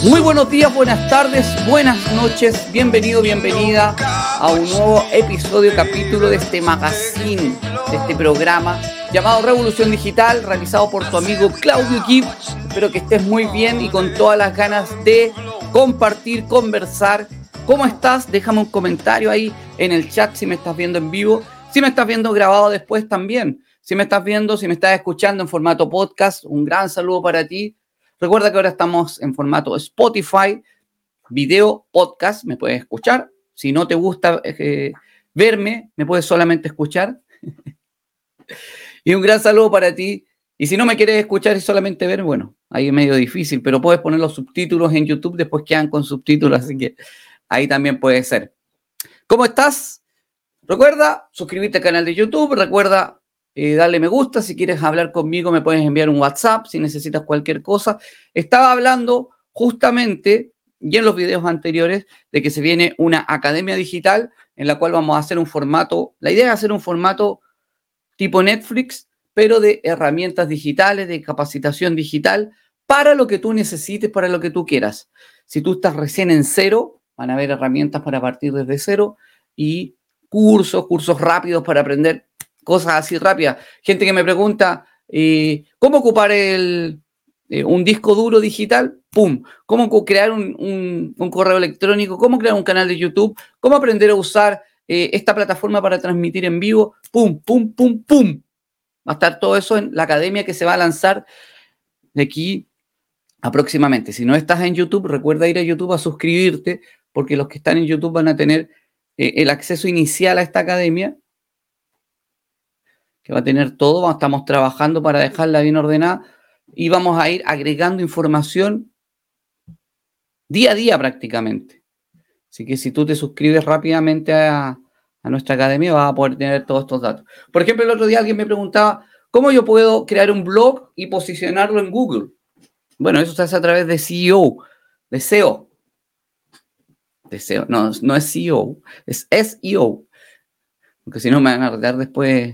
Muy buenos días, buenas tardes, buenas noches, bienvenido, bienvenida a un nuevo episodio, capítulo de este magazine, de este programa llamado Revolución Digital, realizado por tu amigo Claudio Kip. Espero que estés muy bien y con todas las ganas de compartir, conversar. ¿Cómo estás? Déjame un comentario ahí en el chat si me estás viendo en vivo, si me estás viendo grabado después también. Si me estás viendo, si me estás escuchando en formato podcast, un gran saludo para ti. Recuerda que ahora estamos en formato Spotify, video, podcast, me puedes escuchar. Si no te gusta verme, me puedes solamente escuchar. Y un gran saludo para ti. Y si no me quieres escuchar y solamente ver, bueno, ahí es medio difícil, pero puedes poner los subtítulos en YouTube, después quedan con subtítulos, así que ahí también puede ser. ¿Cómo estás? Recuerda suscribirte al canal de YouTube, recuerda darle me gusta. Si quieres hablar conmigo me puedes enviar un WhatsApp si necesitas cualquier cosa. Estaba hablando justamente, y en los videos anteriores, de que se viene una academia digital en la cual vamos a hacer un formato. La idea es hacer un formato tipo Netflix, pero de herramientas digitales, de capacitación digital, para lo que tú necesites, para lo que tú quieras. Si tú estás recién en cero, van a haber herramientas para partir desde cero y cursos rápidos para aprender cosas así rápidas. Gente que me pregunta, ¿cómo ocupar un disco duro digital? ¡Pum! ¿Cómo crear un correo electrónico? ¿Cómo crear un canal de YouTube? ¿Cómo aprender a usar esta plataforma para transmitir en vivo? ¡Pum, pum, pum, pum! Va a estar todo eso en la academia que se va a lanzar de aquí aproximadamente. Si no estás en YouTube, recuerda ir a YouTube a suscribirte, porque los que están en YouTube van a tener el acceso inicial a esta academia, que va a tener todo. Estamos trabajando para dejarla bien ordenada y vamos a ir agregando información día a día prácticamente. Así que si tú te suscribes rápidamente a nuestra academia, vas a poder tener todos estos datos. Por ejemplo, el otro día alguien me preguntaba, ¿cómo yo puedo crear un blog y posicionarlo en Google? Bueno, eso se hace a través de SEO, de SEO. De SEO. No es CEO, es SEO. Porque si no me van a retar después.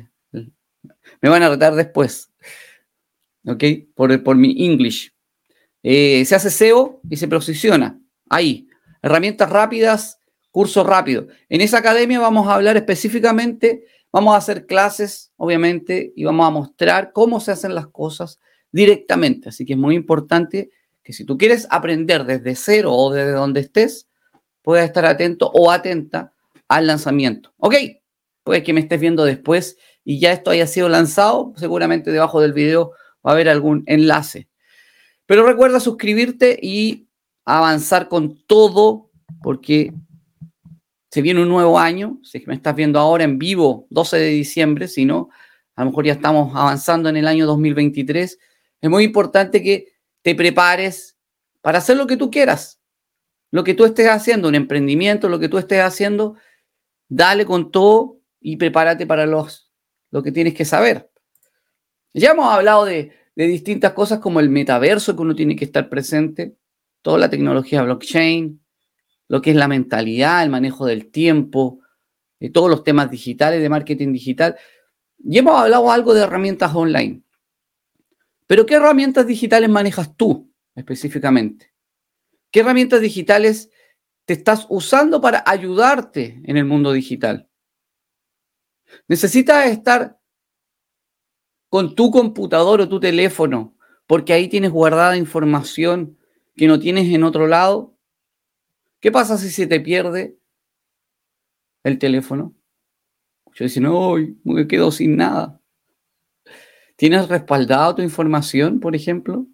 ¿Ok? Por mi English. Se hace SEO y se posiciona. Ahí. Herramientas rápidas, cursos rápidos. En esa academia vamos a hablar específicamente, vamos a hacer clases, obviamente, y vamos a mostrar cómo se hacen las cosas directamente. Así que es muy importante que si tú quieres aprender desde cero o desde donde estés, puedas estar atento o atenta al lanzamiento. ¿Ok? Puede que me estés viendo después y ya esto haya sido lanzado. Seguramente debajo del video va a haber algún enlace. Pero recuerda suscribirte y avanzar con todo, porque se viene un nuevo año. Si es que me estás viendo ahora en vivo, 12 de diciembre, si no, a lo mejor ya estamos avanzando en el año 2023. Es muy importante que te prepares para hacer lo que tú quieras. Lo que tú estés haciendo, un emprendimiento, lo que tú estés haciendo, dale con todo y prepárate para lo que tienes que saber. Ya hemos hablado de distintas cosas como el metaverso que uno tiene que estar presente, toda la tecnología blockchain, lo que es la mentalidad, el manejo del tiempo, todos los temas digitales, de marketing digital. Y hemos hablado algo de herramientas online. Pero ¿qué herramientas digitales manejas tú específicamente? ¿Qué herramientas digitales te estás usando para ayudarte en el mundo digital? Necesitas estar con tu computador o tu teléfono, porque ahí tienes guardada información que no tienes en otro lado. ¿Qué pasa si se te pierde el teléfono? Yo decía, no, me quedo sin nada. ¿Tienes respaldado tu información, por ejemplo?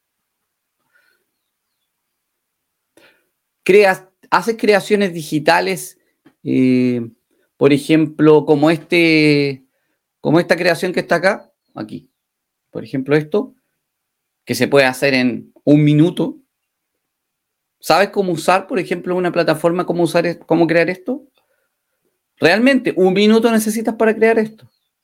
Haces creaciones digitales, por ejemplo, como esta creación que está acá, aquí. Por ejemplo, esto, que se puede hacer en un minuto. ¿Sabes cómo usar, por ejemplo, una plataforma, cómo crear esto? Realmente, un minuto necesitas para crear esto.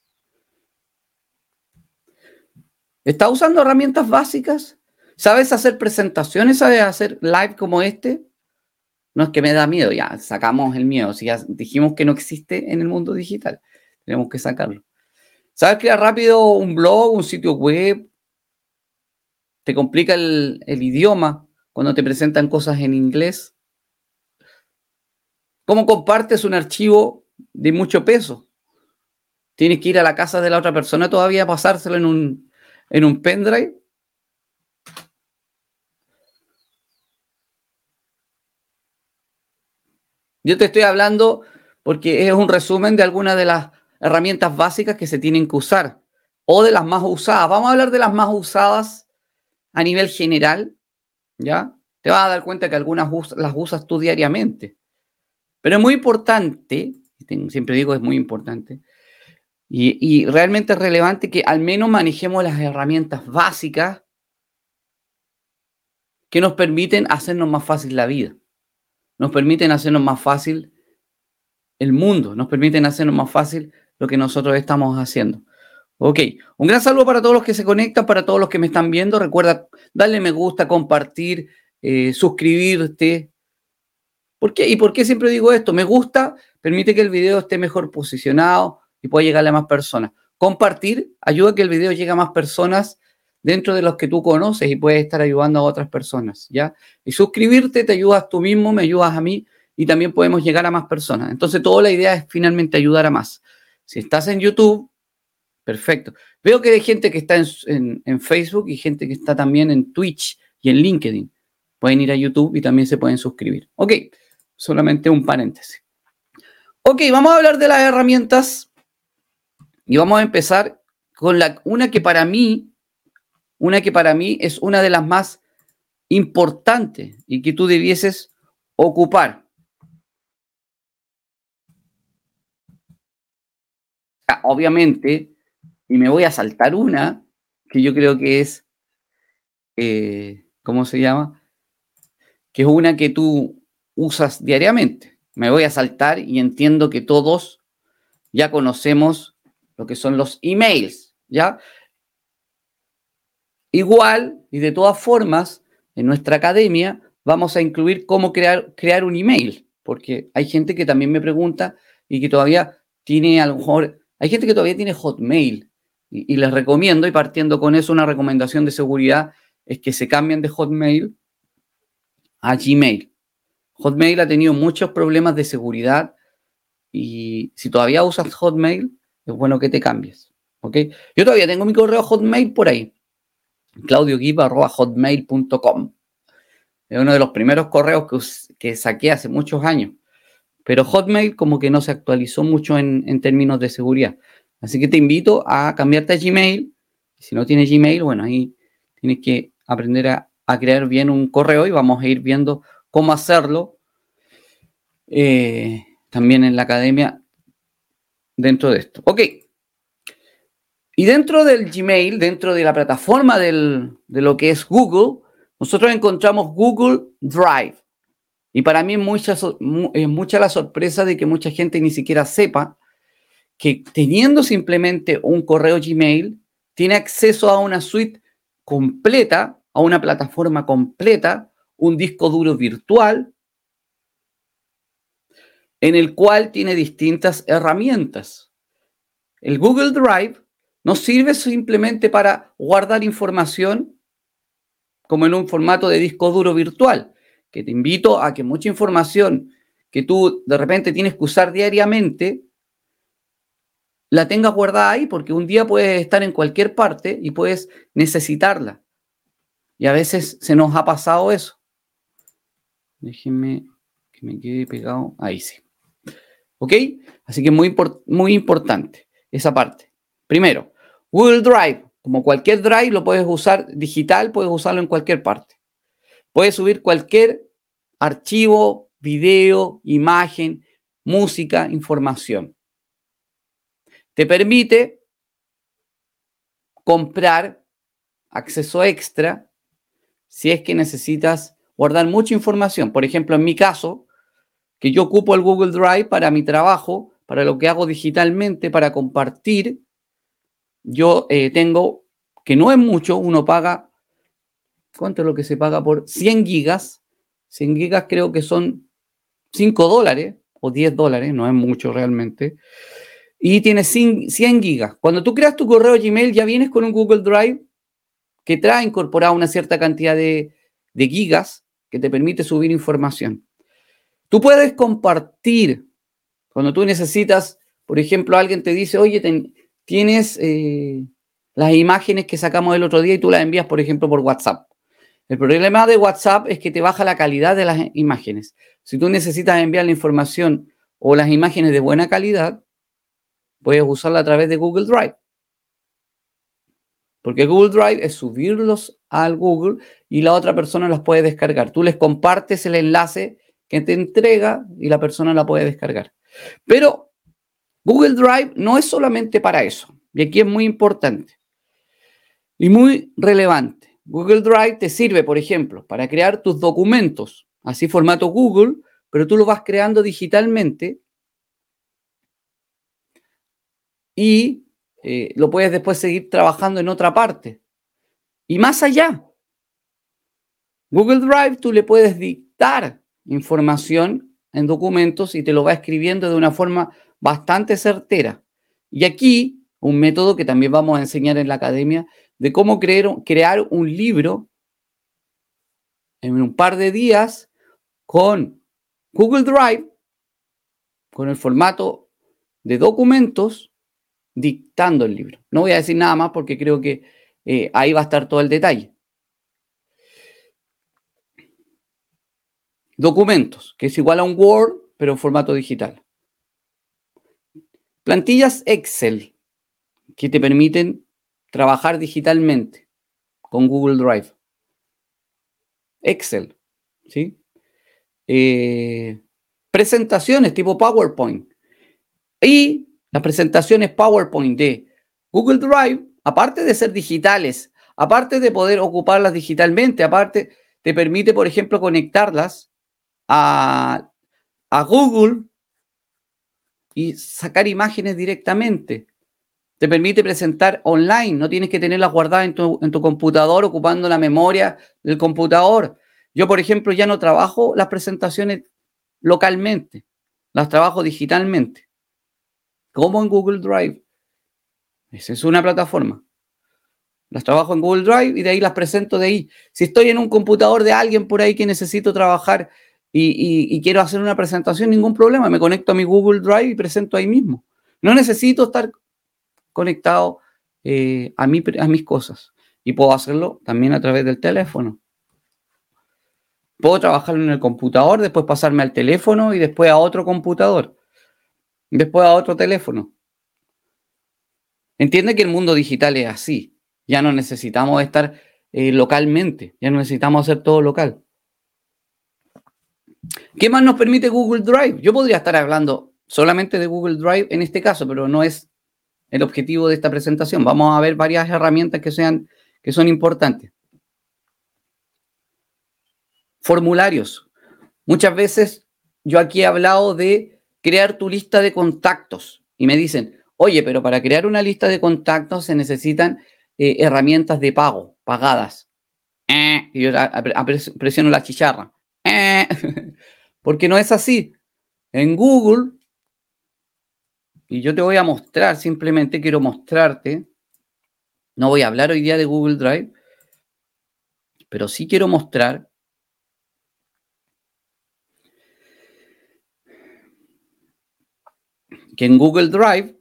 ¿Estás usando herramientas básicas? ¿Sabes hacer presentaciones? ¿Sabes hacer live como este? No es que me da miedo, ya sacamos el miedo. Si ya dijimos que no existe en el mundo digital, tenemos que sacarlo. ¿Sabes crear rápido un blog, un sitio web? ¿Te complica el idioma? cuando te presentan cosas en inglés? ¿Cómo compartes un archivo de mucho peso? ¿Tienes que ir a la casa de la otra persona todavía a pasárselo en un pendrive? Yo te estoy hablando porque es un resumen de algunas de las herramientas básicas que se tienen que usar o de las más usadas. Vamos a hablar de las más usadas a nivel general, ¿ya? Te vas a dar cuenta que algunas las usas tú diariamente. Pero es muy importante, siempre digo es muy importante, y realmente es relevante que al menos manejemos las herramientas básicas que nos permiten hacernos más fácil la vida, nos permiten hacernos más fácil el mundo, nos permiten hacernos más fácil lo que nosotros estamos haciendo. Ok, un gran saludo para todos los que se conectan, para todos los que me están viendo. Recuerda darle me gusta, compartir, suscribirte. ¿Por qué? ¿Y por qué siempre digo esto? Me gusta, permite que el video esté mejor posicionado y pueda llegarle a más personas. Compartir ayuda a que el video llegue a más personas dentro de los que tú conoces y puedes estar ayudando a otras personas, ¿ya? Y suscribirte te ayudas tú mismo, me ayudas a mí y también podemos llegar a más personas. Entonces, toda la idea es finalmente ayudar a más. Si estás en YouTube, perfecto. Veo que hay gente que está en Facebook y gente que está también en Twitch y en LinkedIn. Pueden ir a YouTube y también se pueden suscribir. Ok, solamente un paréntesis. Ok, vamos a hablar de las herramientas y vamos a empezar con una que para mí es una de las más importantes y que tú debieses ocupar. Obviamente, y me voy a saltar una que yo creo que es, ¿cómo se llama? Que es una que tú usas diariamente. Me voy a saltar y entiendo que todos ya conocemos lo que son los emails, ¿ya? Igual, y de todas formas, en nuestra academia vamos a incluir cómo crear un email, porque hay gente que también me pregunta y que todavía tiene, a lo mejor, hay gente que todavía tiene Hotmail y les recomiendo, y partiendo con eso, una recomendación de seguridad es que se cambien de Hotmail a Gmail. Hotmail ha tenido muchos problemas de seguridad y si todavía usas Hotmail, es bueno que te cambies, ¿ok? Yo todavía tengo mi correo Hotmail por ahí, claudioguiba@hotmail.com. Es uno de los primeros correos que saqué hace muchos años. Pero Hotmail como que no se actualizó mucho en términos de seguridad. Así que te invito a cambiarte a Gmail. Si no tienes Gmail, bueno, ahí tienes que aprender a crear bien un correo y vamos a ir viendo cómo hacerlo también en la academia dentro de esto. Ok. Y dentro del Gmail, dentro de la plataforma de lo que es Google, nosotros encontramos Google Drive. Y para mí es mucha la sorpresa de que mucha gente ni siquiera sepa que teniendo simplemente un correo Gmail, tiene acceso a una suite completa, a una plataforma completa, un disco duro virtual, en el cual tiene distintas herramientas. El Google Drive no sirve simplemente para guardar información como en un formato de disco duro virtual, que te invito a que mucha información que tú de repente tienes que usar diariamente, la tengas guardada ahí, porque un día puedes estar en cualquier parte y puedes necesitarla. Y a veces se nos ha pasado eso. Déjenme que me quede pegado. Ahí sí. ¿Ok? Así que muy importante esa parte. Primero, Google Drive, como cualquier Drive, lo puedes usar digital, puedes usarlo en cualquier parte. Puedes subir cualquier archivo, video, imagen, música, información. Te permite comprar acceso extra si es que necesitas guardar mucha información. Por ejemplo, en mi caso, que yo ocupo el Google Drive para mi trabajo, para lo que hago digitalmente, para compartir, yo tengo, que no es mucho, uno paga, ¿cuánto es lo que se paga por 100 gigas? 100 gigas creo que son $5 o $10, no es mucho realmente. Y tienes 100 gigas. Cuando tú creas tu correo Gmail, ya vienes con un Google Drive que trae incorporada una cierta cantidad de gigas que te permite subir información. Tú puedes compartir cuando tú necesitas, por ejemplo, alguien te dice, oye, tienes las imágenes que sacamos el otro día y tú las envías, por ejemplo, por WhatsApp. El problema de WhatsApp es que te baja la calidad de las imágenes. Si tú necesitas enviar la información o las imágenes de buena calidad, puedes usarla a través de Google Drive. Porque Google Drive es subirlos al Google y la otra persona las puede descargar. Tú les compartes el enlace que te entrega y la persona la puede descargar. Pero Google Drive no es solamente para eso. Y aquí es muy importante y muy relevante. Google Drive te sirve, por ejemplo, para crear tus documentos, así formato Google, pero tú lo vas creando digitalmente y lo puedes después seguir trabajando en otra parte. Y más allá, Google Drive tú le puedes dictar información en documentos y te lo va escribiendo de una forma bastante certera. Y aquí, un método que también vamos a enseñar en la academia, de cómo crear un libro en un par de días con Google Drive, con el formato de documentos, dictando el libro. No voy a decir nada más porque creo que ahí va a estar todo el detalle. Documentos, que es igual a un Word, pero en formato digital. Plantillas Excel, que te permiten trabajar digitalmente con Google Drive. Excel, ¿sí? Presentaciones tipo PowerPoint. Y las presentaciones PowerPoint de Google Drive, aparte de ser digitales, aparte de poder ocuparlas digitalmente, aparte te permite, por ejemplo, conectarlas a Google y sacar imágenes directamente. Te permite presentar online, no tienes que tenerlas guardadas en tu computador ocupando la memoria del computador. Yo, por ejemplo, ya no trabajo las presentaciones localmente, las trabajo digitalmente, como en Google Drive. Esa es una plataforma. Las trabajo en Google Drive y de ahí las presento de ahí. Si estoy en un computador de alguien por ahí que necesito trabajar y quiero hacer una presentación, ningún problema. Me conecto a mi Google Drive y presento ahí mismo. No necesito estar conectado a mis cosas. Y puedo hacerlo también a través del teléfono. Puedo trabajarlo en el computador, después pasarme al teléfono y después a otro computador. Después a otro teléfono. Entiende que el mundo digital es así. Ya no necesitamos estar localmente. Ya no necesitamos hacer todo local. ¿Qué más nos permite Google Drive? Yo podría estar hablando solamente de Google Drive en este caso, pero no es el objetivo de esta presentación. Vamos a ver varias herramientas que son importantes. Formularios. Muchas veces yo aquí he hablado de crear tu lista de contactos y me dicen, oye, pero para crear una lista de contactos se necesitan herramientas de pago, pagadas. Y yo presiono la chicharra. Porque no es así. En Google, y yo te voy a mostrar, simplemente quiero mostrarte, no voy a hablar hoy día de Google Drive, pero sí quiero mostrar que en Google Drive,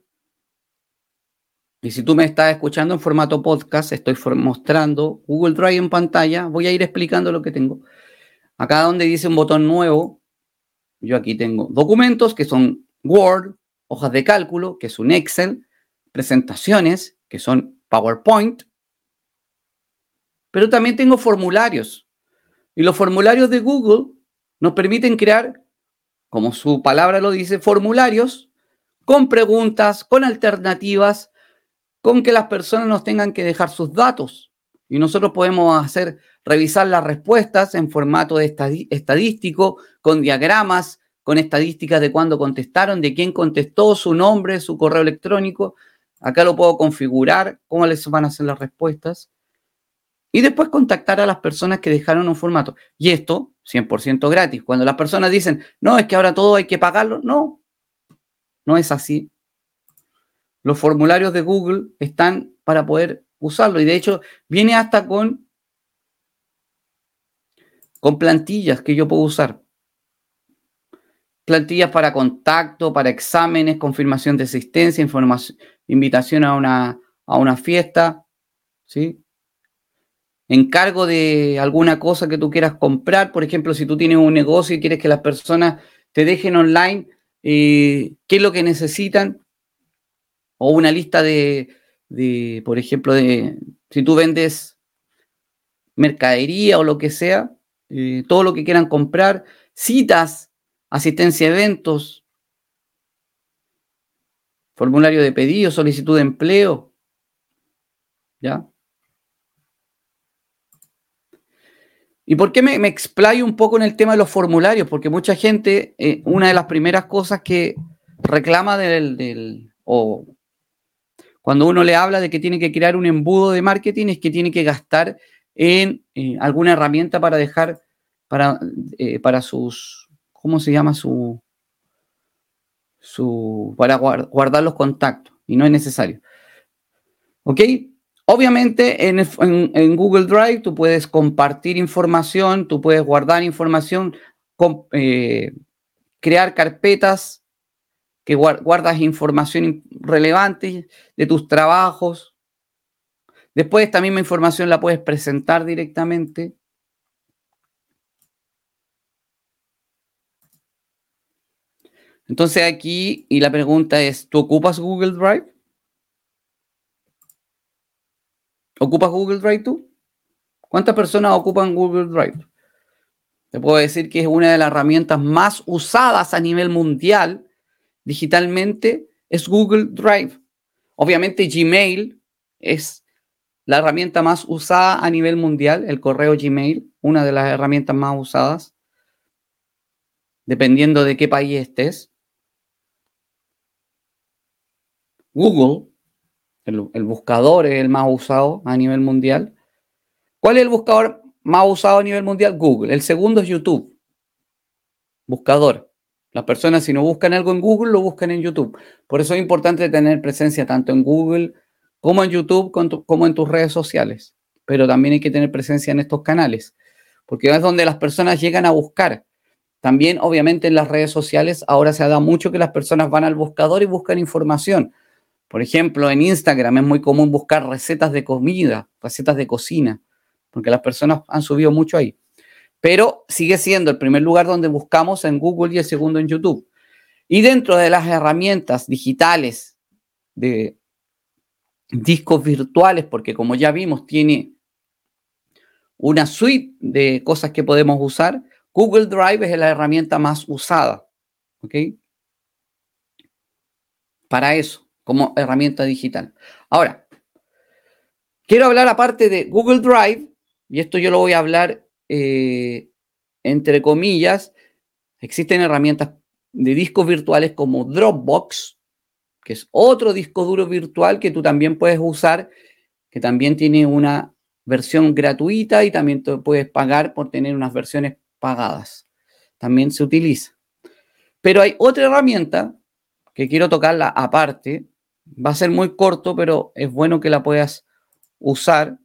y si tú me estás escuchando en formato podcast, estoy mostrando Google Drive en pantalla, voy a ir explicando lo que tengo. Acá donde dice un botón nuevo, yo aquí tengo documentos, que son Word, hojas de cálculo, que es un Excel, presentaciones, que son PowerPoint, pero también tengo formularios. Y los formularios de Google nos permiten crear, como su palabra lo dice, formularios con preguntas, con alternativas, con que las personas nos tengan que dejar sus datos. Y nosotros podemos revisar las respuestas en formato de estadístico, con diagramas, con estadísticas de cuándo contestaron, de quién contestó, su nombre, su correo electrónico. Acá lo puedo configurar, cómo les van a hacer las respuestas. Y después contactar a las personas que dejaron un formato. Y esto, 100% gratis. Cuando las personas dicen, no, es que ahora todo hay que pagarlo. No, no es así. Los formularios de Google están para poder usarlo. Y de hecho, viene hasta con con plantillas que yo puedo usar. Plantillas para contacto, para exámenes, confirmación de asistencia, información, invitación a una fiesta, ¿sí? Encargo de alguna cosa que tú quieras comprar. Por ejemplo, si tú tienes un negocio y quieres que las personas te dejen online qué es lo que necesitan, o una lista por ejemplo, si tú vendes mercadería o lo que sea, todo lo que quieran comprar, citas, asistencia a eventos, formulario de pedido, solicitud de empleo, ¿ya? ¿Y por qué me explayo un poco en el tema de los formularios? Porque mucha gente, una de las primeras cosas que reclama o cuando uno le habla de que tiene que crear un embudo de marketing es que tiene que gastar en alguna herramienta para dejar, para sus, ¿cómo se llama? Para guardar los contactos, y no es necesario. ¿Ok? Obviamente en Google Drive tú puedes compartir información, tú puedes guardar información, crear carpetas que guardas información relevante de tus trabajos. Después esta misma información la puedes presentar directamente. Entonces aquí, y la pregunta es, ¿tú ocupas Google Drive? ¿Ocupas Google Drive tú? ¿Cuántas personas ocupan Google Drive? Te puedo decir que es una de las herramientas más usadas a nivel mundial digitalmente, es Google Drive. Obviamente Gmail es la herramienta más usada a nivel mundial, el correo Gmail, una de las herramientas más usadas, dependiendo de qué país estés. Google, el buscador es el más usado a nivel mundial. ¿Cuál es el buscador más usado a nivel mundial? Google. El segundo es YouTube. Buscador. Las personas, si no buscan algo en Google, lo buscan en YouTube. Por eso es importante tener presencia tanto en Google como en YouTube, como en tus redes sociales. Pero también hay que tener presencia en estos canales, porque es donde las personas llegan a buscar. También, obviamente, en las redes sociales ahora se ha dado mucho que las personas van al buscador y buscan información. Por ejemplo, en Instagram es muy común buscar recetas de comida, recetas de cocina, porque las personas han subido mucho ahí. Pero sigue siendo el primer lugar donde buscamos en Google y el segundo en YouTube. Y dentro de las herramientas digitales de discos virtuales, porque como ya vimos, tiene una suite de cosas que podemos usar, Google Drive es la herramienta más usada, ¿ok? Para eso, como herramienta digital. Ahora, quiero hablar aparte de Google Drive, y esto yo lo voy a hablar entre comillas. Existen herramientas de discos virtuales como Dropbox, que es otro disco duro virtual que tú también puedes usar, que también tiene una versión gratuita y también te puedes pagar por tener unas versiones pagadas. También se utiliza. Pero hay otra herramienta que quiero tocarla aparte. Va a ser muy corto, pero es bueno que la puedas usar.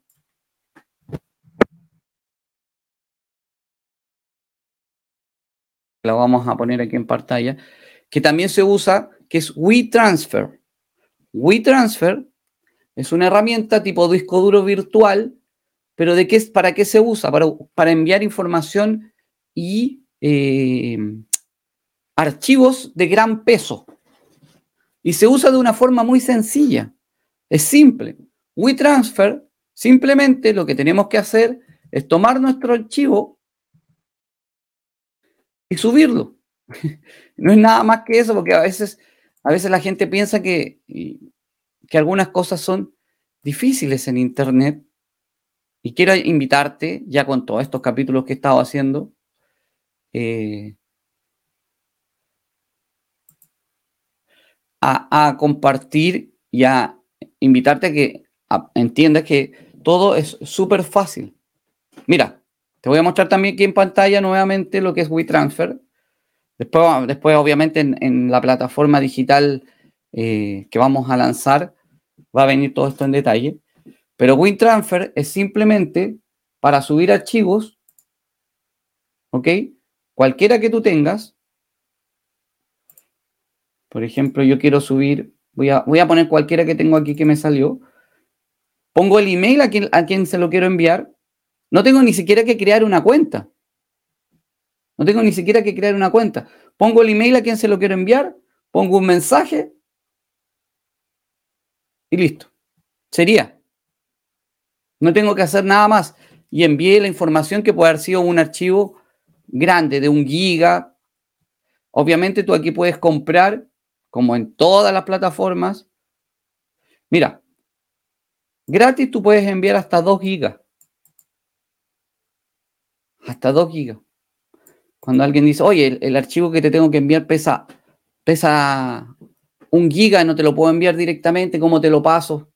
La vamos a poner aquí en pantalla. Que también se usa, que es WeTransfer. WeTransfer es una herramienta tipo disco duro virtual, pero ¿para qué se usa? Para enviar información y archivos de gran peso. Y se usa de una forma muy sencilla. Es simple. WeTransfer, simplemente lo que tenemos que hacer es tomar nuestro archivo y subirlo. No es nada más que eso, porque a veces la gente piensa que algunas cosas son difíciles en Internet. Y quiero invitarte, ya con todos estos capítulos que he estado haciendo, a compartir y a invitarte a que entiendas que todo es súper fácil. Mira, te voy a mostrar también aquí en pantalla nuevamente lo que es WeTransfer. Después obviamente, en la plataforma digital que vamos a lanzar, va a venir todo esto en detalle. Pero WeTransfer es simplemente para subir archivos ¿ok? Cualquiera que tú tengas. Por ejemplo, yo quiero subir, voy a poner cualquiera que tengo aquí que me salió. Pongo el email a quien se lo quiero enviar. No tengo ni siquiera que crear una cuenta. No tengo ni siquiera que crear una cuenta. Pongo el email a quien se lo quiero enviar, pongo un mensaje y listo. Sería. No tengo que hacer nada más. Y envié la información que puede haber sido un archivo grande de 1 giga. Obviamente tú aquí puedes comprar, como en todas las plataformas. Mira, gratis tú puedes enviar hasta 2 gigas. Hasta 2 gigas. Cuando alguien dice, oye, el archivo que te tengo que enviar pesa 1 giga, no te lo puedo enviar directamente, ¿cómo te lo paso?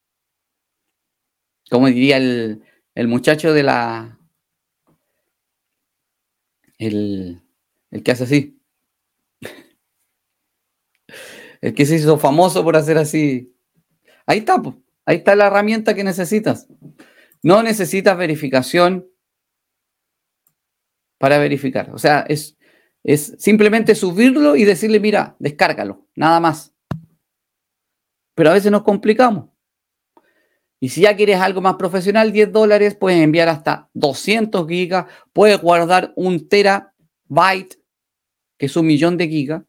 Como diría el muchacho de el que hace así, el que se hizo famoso por hacer así. Ahí está, pues. Ahí está la herramienta que necesitas. No necesitas verificación para verificar. O sea, es simplemente subirlo y decirle, mira, descárgalo, nada más. Pero a veces nos complicamos. Y si ya quieres algo más profesional, $10, puedes enviar hasta 200 gigas, puedes guardar 1 terabyte, que es 1 millón de gigas.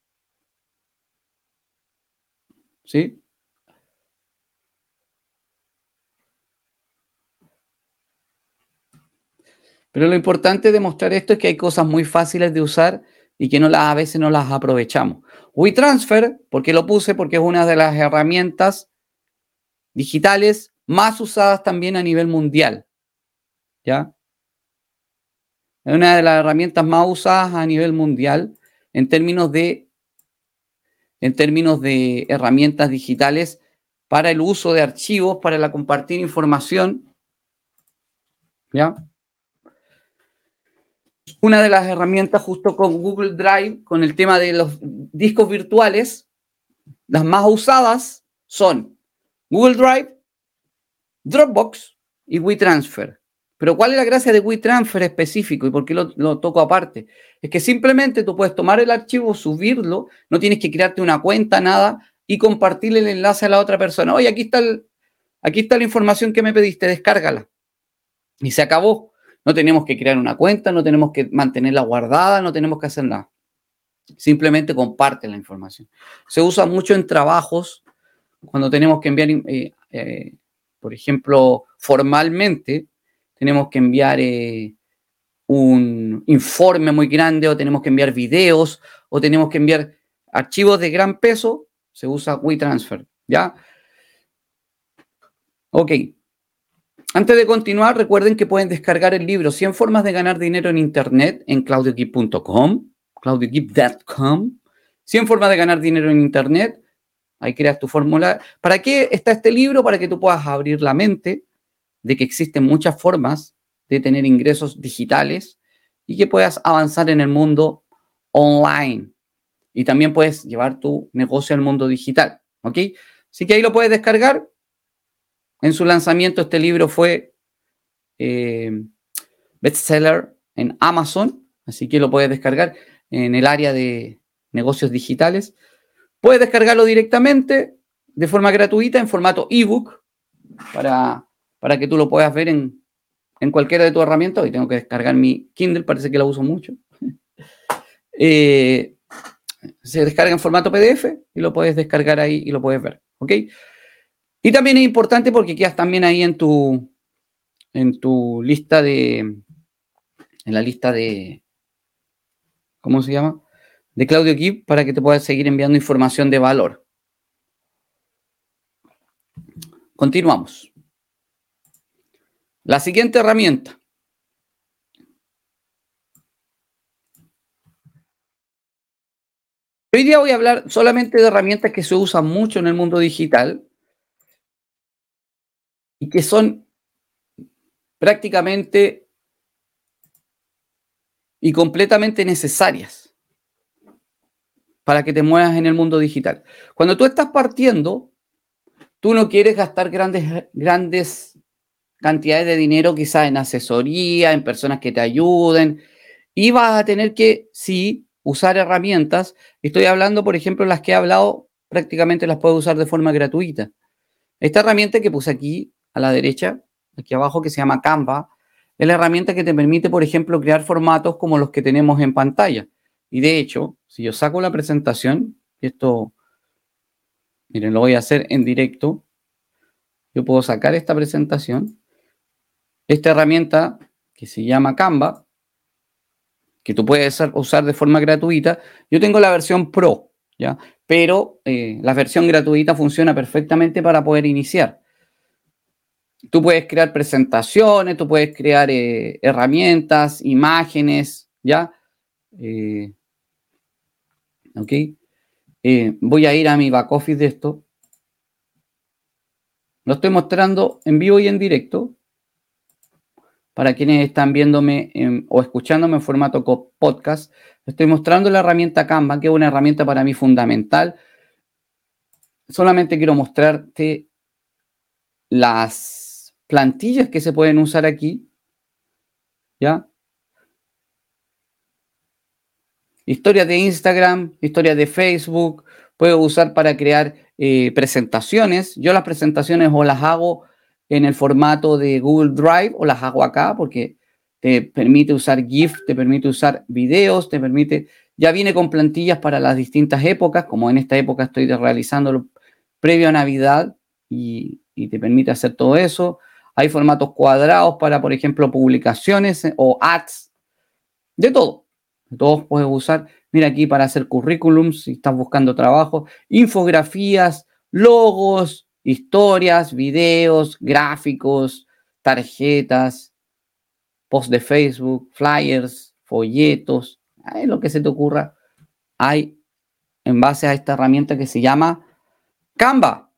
¿Sí? Pero lo importante de mostrar esto es que hay cosas muy fáciles de usar y que a veces no las aprovechamos. WeTransfer, ¿por qué lo puse? Porque es una de las herramientas digitales más usadas también a nivel mundial. ¿Ya? Es una de las herramientas más usadas a nivel mundial en términos de herramientas digitales para el uso de archivos, para la compartir información. ¿Ya? Una de las herramientas justo con Google Drive, con el tema de los discos virtuales, las más usadas son Google Drive, Dropbox y WeTransfer. Pero ¿cuál es la gracia de WeTransfer específico y por qué lo toco aparte? Es que simplemente tú puedes tomar el archivo, subirlo, no tienes que crearte una cuenta, nada, y compartirle el enlace a la otra persona. Oye, aquí está la información que me pediste, descárgala. Y se acabó. No tenemos que crear una cuenta, no tenemos que mantenerla guardada, no tenemos que hacer nada. Simplemente comparte la información. Se usa mucho en trabajos cuando tenemos que enviar, por ejemplo, formalmente, tenemos que enviar un informe muy grande o tenemos que enviar videos o tenemos que enviar archivos de gran peso, se usa WeTransfer, ¿ya? Ok. Antes de continuar, recuerden que pueden descargar el libro 100 formas de ganar dinero en Internet en claudiokeep.com, claudiokeep.com. 100 formas de ganar dinero en Internet. Ahí creas tu fórmula. ¿Para qué está este libro? Para que tú puedas abrir la mente de que existen muchas formas de tener ingresos digitales y que puedas avanzar en el mundo online. Y también puedes llevar tu negocio al mundo digital. ¿Ok? Así que ahí lo puedes descargar. En su lanzamiento este libro fue bestseller en Amazon, así que lo puedes descargar en el área de negocios digitales. Puedes descargarlo directamente de forma gratuita en formato ebook para que tú lo puedas ver en cualquiera de tus herramientas. Hoy tengo que descargar mi Kindle, parece que la uso mucho. Se descarga en formato PDF y lo puedes descargar ahí y lo puedes ver. ¿Ok? Y también es importante porque quedas también ahí en tu lista en la lista de, ¿cómo se llama? De Claudio Keep para que te puedas seguir enviando información de valor. Continuamos. La siguiente herramienta. Hoy día voy a hablar solamente de herramientas que se usan mucho en el mundo digital y que son prácticamente y completamente necesarias para que te muevas en el mundo digital. Cuando tú estás partiendo, tú no quieres gastar grandes cantidades de dinero quizás en asesoría, en personas que te ayuden, Y vas a tener que, sí, usar herramientas. Estoy hablando, por ejemplo, las que he hablado, prácticamente las puedes usar de forma gratuita. Esta herramienta que puse aquí a la derecha, aquí abajo, que se llama Canva, es la herramienta que te permite, por ejemplo, crear formatos como los que tenemos en pantalla. Y de hecho, si yo saco la presentación, esto, miren, lo voy a hacer en directo, yo puedo sacar esta presentación, esta herramienta que se llama Canva, que tú puedes usar de forma gratuita. Yo tengo la versión Pro, ¿ya? Pero la versión gratuita funciona perfectamente para poder iniciar. Tú puedes crear presentaciones, tú puedes crear herramientas, imágenes, ¿ya? Ok. Voy a ir a mi back office de esto. Lo estoy mostrando en vivo y en directo para quienes están viéndome o escuchándome en formato podcast. Estoy mostrando la herramienta Canva, que es una herramienta para mí fundamental. Solamente quiero mostrarte las plantillas que se pueden usar aquí, ¿ya? Historias de Instagram, historias de Facebook, puedo usar para crear presentaciones. Yo las presentaciones o las hago en el formato de Google Drive o las hago acá porque te permite usar GIF, te permite usar videos, te permite... Ya viene con plantillas para las distintas épocas, como en esta época estoy realizándolo previo a Navidad y te permite hacer todo eso. Hay formatos cuadrados para, por ejemplo, publicaciones o ads, de todo. Todos puedes usar, mira aquí para hacer currículums, si estás buscando trabajo, infografías, logos, historias, videos, gráficos, tarjetas, posts de Facebook, flyers, folletos, lo que se te ocurra, hay en base a esta herramienta que se llama Canva.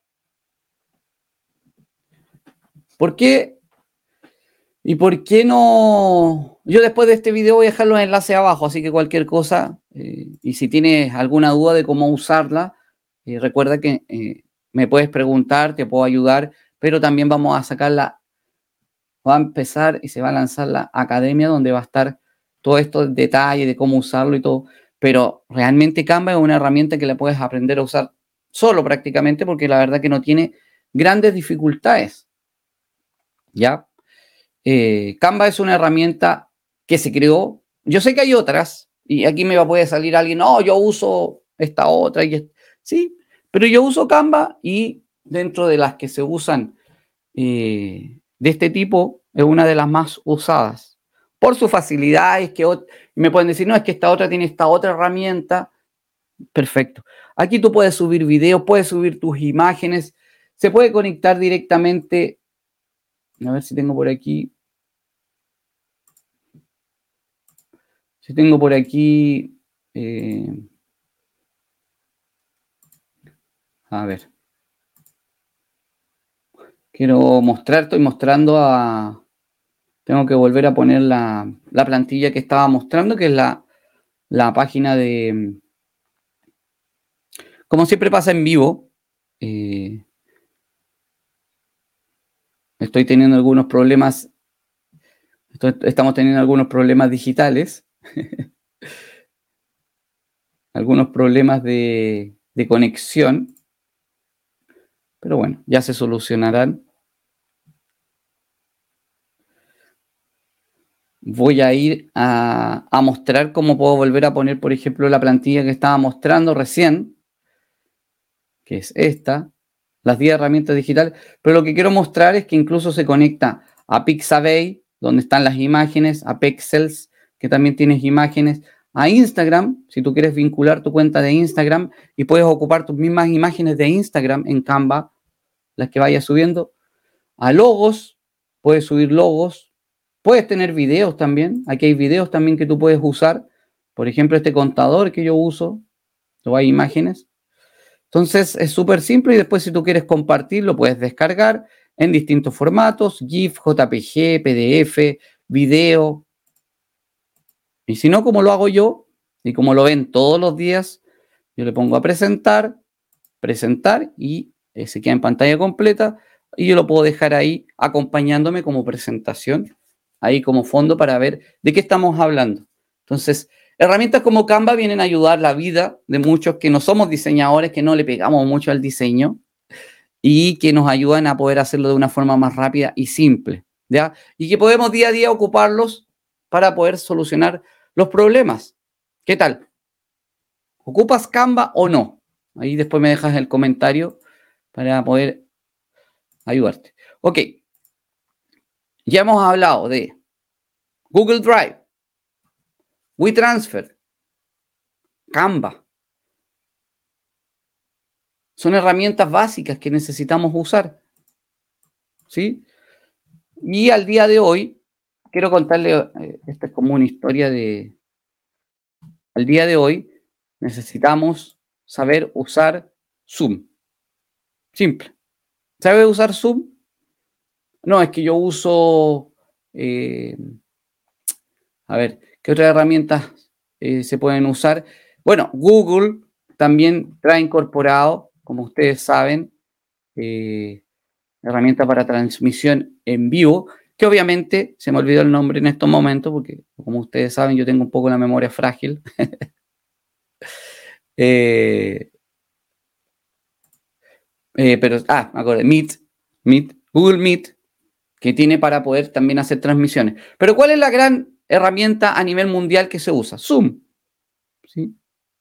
¿Por qué? ¿Y por qué no? Yo después de este video voy a dejar los enlaces abajo, así que cualquier cosa, y si tienes alguna duda de cómo usarla, recuerda que me puedes preguntar, te puedo ayudar, pero también vamos a sacarla, va a empezar y se va a lanzar la academia donde va a estar todo esto de detalle de cómo usarlo y todo, pero realmente Canva es una herramienta que la puedes aprender a usar solo prácticamente porque la verdad que no tiene grandes dificultades, ¿ya? Canva es una herramienta que se creó. Yo sé que hay otras, y aquí me puede salir alguien, no, yo uso esta otra, sí, pero yo uso Canva y dentro de las que se usan de este tipo, es una de las más usadas. Por su facilidad, es que me pueden decir, no, es que esta otra tiene esta otra herramienta. Perfecto. Aquí tú puedes subir videos, puedes subir tus imágenes, se puede conectar directamente. A ver si tengo por aquí. Si tengo por aquí. A ver. Quiero mostrar, estoy mostrando a. Tengo que volver a poner la plantilla que estaba mostrando, que es la página de. Como siempre pasa en vivo. Estoy teniendo algunos problemas. Estamos teniendo algunos problemas digitales. Algunos problemas de conexión. Pero bueno, ya se solucionarán. Voy a ir a mostrar cómo puedo volver a poner, por ejemplo, la plantilla que estaba mostrando recién, que es esta, las 10 herramientas digitales. Pero lo que quiero mostrar es que incluso se conecta a Pixabay, donde están las imágenes, a Pexels, que también tienes imágenes, a Instagram, si tú quieres vincular tu cuenta de Instagram y puedes ocupar tus mismas imágenes de Instagram en Canva, las que vayas subiendo, a logos, puedes subir logos, puedes tener videos también, aquí hay videos también que tú puedes usar, por ejemplo este contador que yo uso, o hay imágenes. Entonces es súper simple y después si tú quieres compartir lo puedes descargar en distintos formatos, GIF, JPG, PDF, video. Y si no, como lo hago yo y como lo ven todos los días, yo le pongo a presentar, presentar y se queda en pantalla completa y yo lo puedo dejar ahí acompañándome como presentación, ahí como fondo para ver de qué estamos hablando. Entonces, herramientas como Canva vienen a ayudar la vida de muchos que no somos diseñadores, que no le pegamos mucho al diseño y que nos ayudan a poder hacerlo de una forma más rápida y simple, ¿ya? Y que podemos día a día ocuparlos para poder solucionar los problemas. ¿Qué tal? ¿Ocupas Canva o no? Ahí después me dejas el comentario para poder ayudarte. Ok. Ya hemos hablado de Google Drive, WeTransfer, Canva. Son herramientas básicas que necesitamos usar, ¿sí? Y al día de hoy, quiero contarle, esta es como una historia de... Al día de hoy necesitamos saber usar Zoom. Simple. ¿Sabes usar Zoom? No, es que yo uso... a ver, ¿qué otras herramientas se pueden usar? Bueno, Google también trae incorporado, como ustedes saben, herramienta para transmisión en vivo, que obviamente se me olvidó el nombre en estos momentos, porque como ustedes saben, yo tengo un poco la memoria frágil. Pero, me acuerdo, Meet, Google Meet, que tiene para poder también hacer transmisiones. Pero ¿cuál es la gran herramienta a nivel mundial que se usa? Zoom. ¿Sí?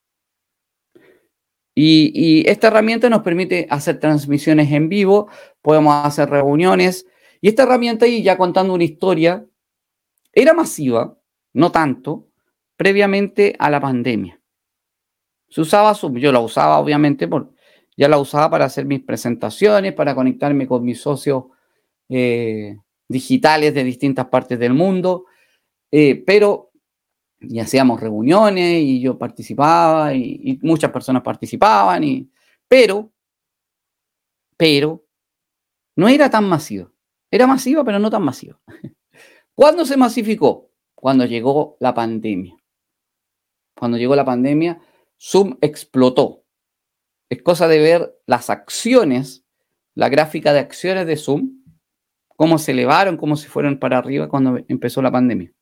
Y esta herramienta nos permite hacer transmisiones en vivo, podemos hacer reuniones. Y esta herramienta, y ya contando una historia, era masiva, no tanto, previamente a la pandemia. Se usaba Zoom, yo la usaba obviamente, ya la usaba para hacer mis presentaciones, para conectarme con mis socios digitales de distintas partes del mundo, pero... Y hacíamos reuniones y yo participaba y muchas personas participaban, pero no era tan masivo. Era masiva, pero no tan masiva. ¿Cuándo se masificó? Cuando llegó la pandemia. Cuando llegó la pandemia, Zoom explotó. Es cosa de ver las acciones, la gráfica de acciones de Zoom, cómo se elevaron, cómo se fueron para arriba cuando empezó la pandemia.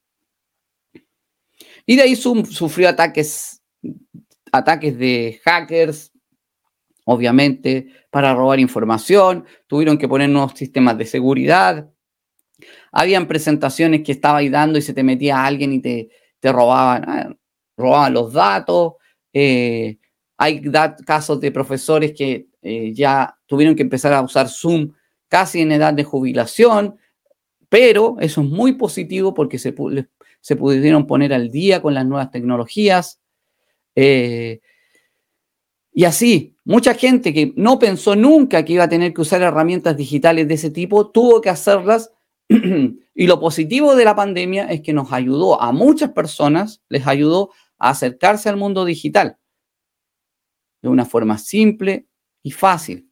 Y de ahí Zoom sufrió ataques de hackers, obviamente, para robar información. Tuvieron que poner nuevos sistemas de seguridad. Habían presentaciones que estabais dando y se te metía alguien y te robaban los datos. Hay casos de profesores que ya tuvieron que empezar a usar Zoom casi en edad de jubilación, pero eso es muy positivo porque se pudieron poner al día con las nuevas tecnologías. Y así, mucha gente que no pensó nunca que iba a tener que usar herramientas digitales de ese tipo, tuvo que hacerlas. Y lo positivo de la pandemia es que nos ayudó a muchas personas, les ayudó a acercarse al mundo digital de una forma simple y fácil.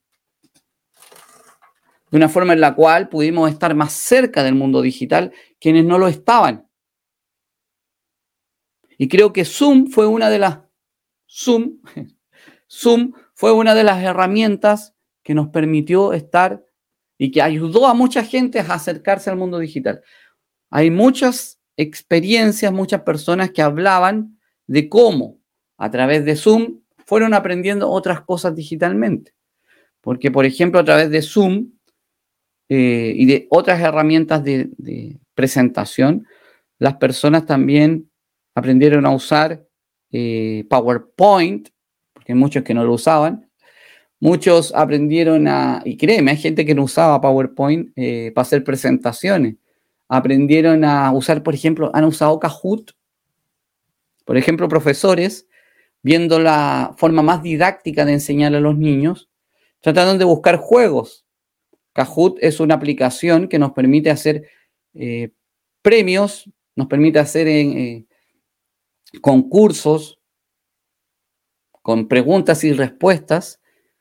De una forma en la cual pudimos estar más cerca del mundo digital quienes no lo estaban. Y creo que Zoom fue una de las herramientas que nos permitió estar y que ayudó a mucha gente a acercarse al mundo digital. Hay muchas experiencias, muchas personas que hablaban de cómo a través de Zoom fueron aprendiendo otras cosas digitalmente. Porque, por ejemplo, a través de Zoom y de otras herramientas de presentación, las personas también aprendieron a usar PowerPoint, porque hay muchos que no lo usaban. Muchos aprendieron y créeme, hay gente que no usaba PowerPoint para hacer presentaciones. Aprendieron a usar, por ejemplo, han usado Kahoot. Por ejemplo, profesores, viendo la forma más didáctica de enseñar a los niños, trataron de buscar juegos. Kahoot es una aplicación que nos permite hacer premios, nos permite hacer concursos con preguntas y respuestas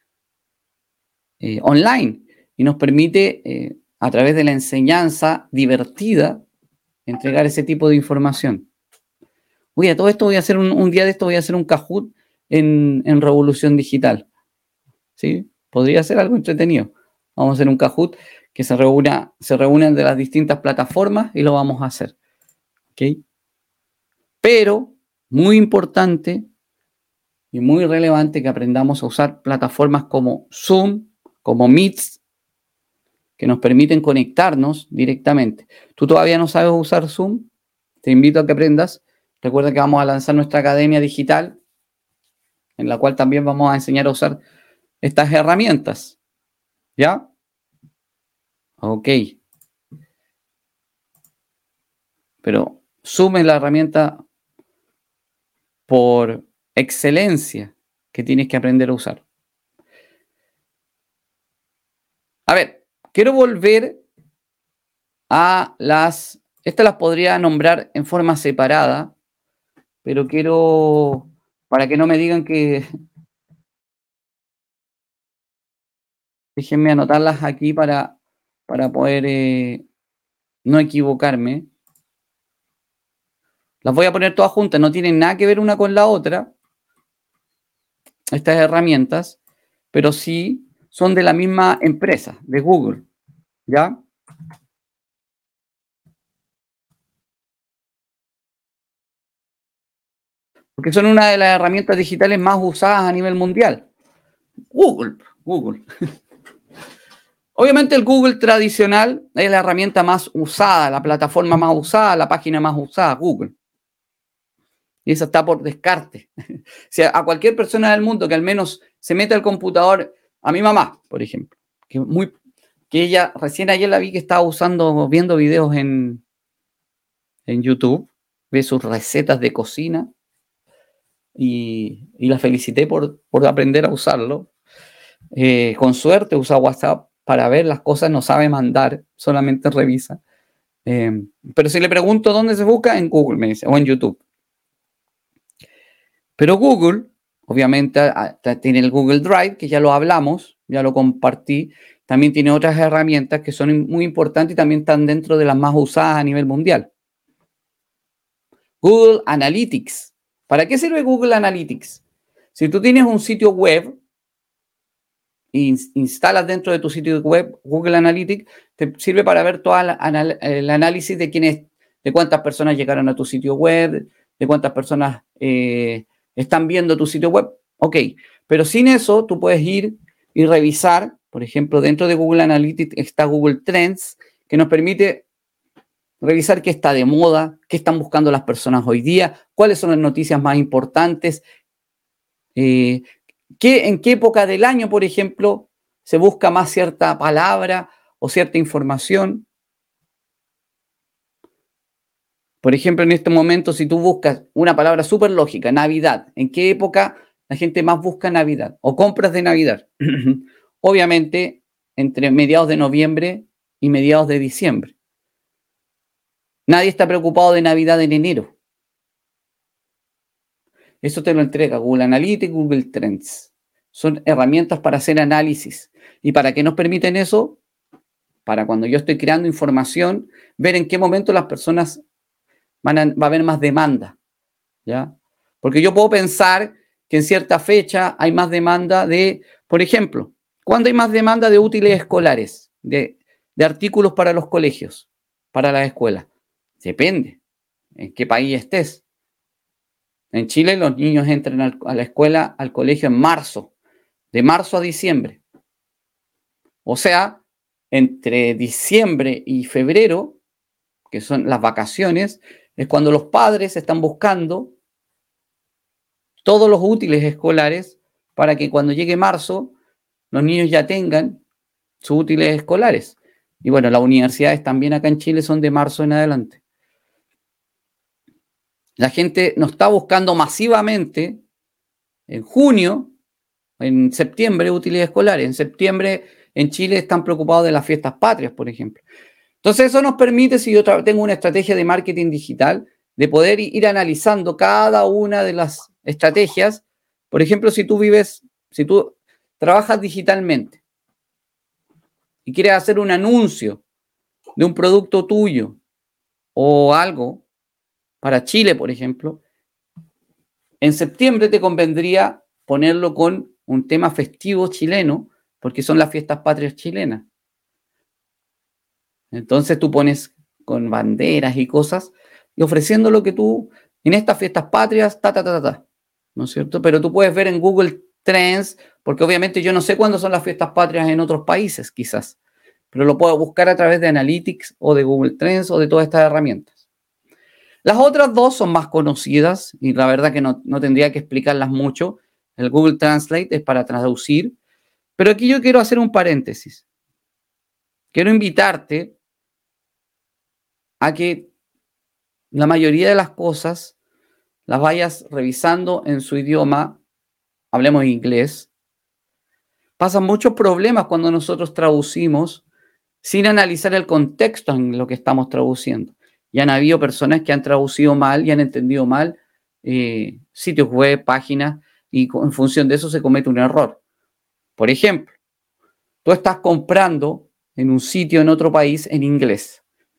online y nos permite, a través de la enseñanza divertida, entregar ese tipo de información. Oye, a todo esto voy a hacer un día de esto, voy a hacer un Kahoot en Revolución Digital. ¿Sí? Podría ser algo entretenido. Vamos a hacer un Kahoot que se reúnen de las distintas plataformas y lo vamos a hacer. ¿Ok? Pero muy importante y muy relevante que aprendamos a usar plataformas como Zoom, como Meet, que nos permiten conectarnos directamente. ¿Tú todavía no sabes usar Zoom? Te invito a que aprendas. Recuerda que vamos a lanzar nuestra academia digital, en la cual también vamos a enseñar a usar estas herramientas. ¿Ya? Ok. Pero Zoom es la herramienta por excelencia que tienes que aprender a usar. A ver, quiero volver a estas las podría nombrar en forma separada, pero quiero, para que no me digan que, déjenme anotarlas aquí para poder no equivocarme. Las voy a poner todas juntas, no tienen nada que ver una con la otra, estas herramientas, pero sí son de la misma empresa, de Google, ¿ya? Porque son una de las herramientas digitales más usadas a nivel mundial. Google. Obviamente el Google tradicional es la herramienta más usada, la plataforma más usada, la página más usada, Google. Y esa está por descarte. O sea, a cualquier persona del mundo que al menos se meta al computador, a mi mamá, por ejemplo, que ella recién ayer la vi que estaba viendo videos en YouTube, ve sus recetas de cocina y la felicité por aprender a usarlo. Con suerte usa WhatsApp para ver las cosas, no sabe mandar, solamente revisa. Pero si le pregunto dónde se busca, en Google, me dice, o en YouTube. Pero Google, obviamente, tiene el Google Drive, que ya lo hablamos, ya lo compartí. También tiene otras herramientas que son muy importantes y también están dentro de las más usadas a nivel mundial. Google Analytics. ¿Para qué sirve Google Analytics? Si tú tienes un sitio web e instalas dentro de tu sitio web Google Analytics, te sirve para ver todo el análisis de cuántas personas llegaron a tu sitio web, de cuántas personas están viendo tu sitio web. Ok, pero sin eso tú puedes ir y revisar, por ejemplo, dentro de Google Analytics está Google Trends, que nos permite revisar qué está de moda, qué están buscando las personas hoy día, cuáles son las noticias más importantes, en qué época del año, por ejemplo, se busca más cierta palabra o cierta información. Por ejemplo, en este momento, si tú buscas una palabra súper lógica, Navidad, ¿en qué época la gente más busca Navidad? O compras de Navidad. Obviamente, entre mediados de noviembre y mediados de diciembre. Nadie está preocupado de Navidad en enero. Eso te lo entrega Google Analytics, Google Trends. Son herramientas para hacer análisis. ¿Y para qué nos permiten eso? Para cuando yo estoy creando información, ver en qué momento las personas va a haber más demanda, ¿ya? Porque yo puedo pensar que en cierta fecha hay más demanda por ejemplo, ¿cuándo hay más demanda de útiles escolares, de artículos para los colegios, para las escuelas? Depende, en qué país estés. En Chile los niños entran a la escuela, al colegio en marzo, de marzo a diciembre. O sea, entre diciembre y febrero, que son las vacaciones, es cuando los padres están buscando todos los útiles escolares para que cuando llegue marzo los niños ya tengan sus útiles escolares. Y bueno, las universidades también acá en Chile son de marzo en adelante. La gente nos está buscando masivamente en junio, en septiembre, útiles escolares. En septiembre en Chile están preocupados de las fiestas patrias, por ejemplo. Entonces eso nos permite, si yo tengo una estrategia de marketing digital, de poder ir analizando cada una de las estrategias. Por ejemplo, si tú trabajas digitalmente y quieres hacer un anuncio de un producto tuyo o algo para Chile, por ejemplo, en septiembre te convendría ponerlo con un tema festivo chileno, porque son las fiestas patrias chilenas. Entonces tú pones con banderas y cosas y ofreciendo lo que tú en estas fiestas patrias, ¿no es cierto? Pero tú puedes ver en Google Trends, porque obviamente yo no sé cuándo son las fiestas patrias en otros países, quizás, pero lo puedo buscar a través de Analytics o de Google Trends o de todas estas herramientas. Las otras dos son más conocidas y la verdad que no tendría que explicarlas mucho. El Google Translate es para traducir, pero aquí yo quiero hacer un paréntesis. Quiero invitarte a que la mayoría de las cosas las vayas revisando en su idioma, hablemos inglés. Pasan muchos problemas cuando nosotros traducimos sin analizar el contexto en lo que estamos traduciendo. Y han habido personas que han traducido mal y han entendido mal sitios web, páginas, y en función de eso se comete un error. Por ejemplo, tú estás comprando en un sitio en otro país en inglés.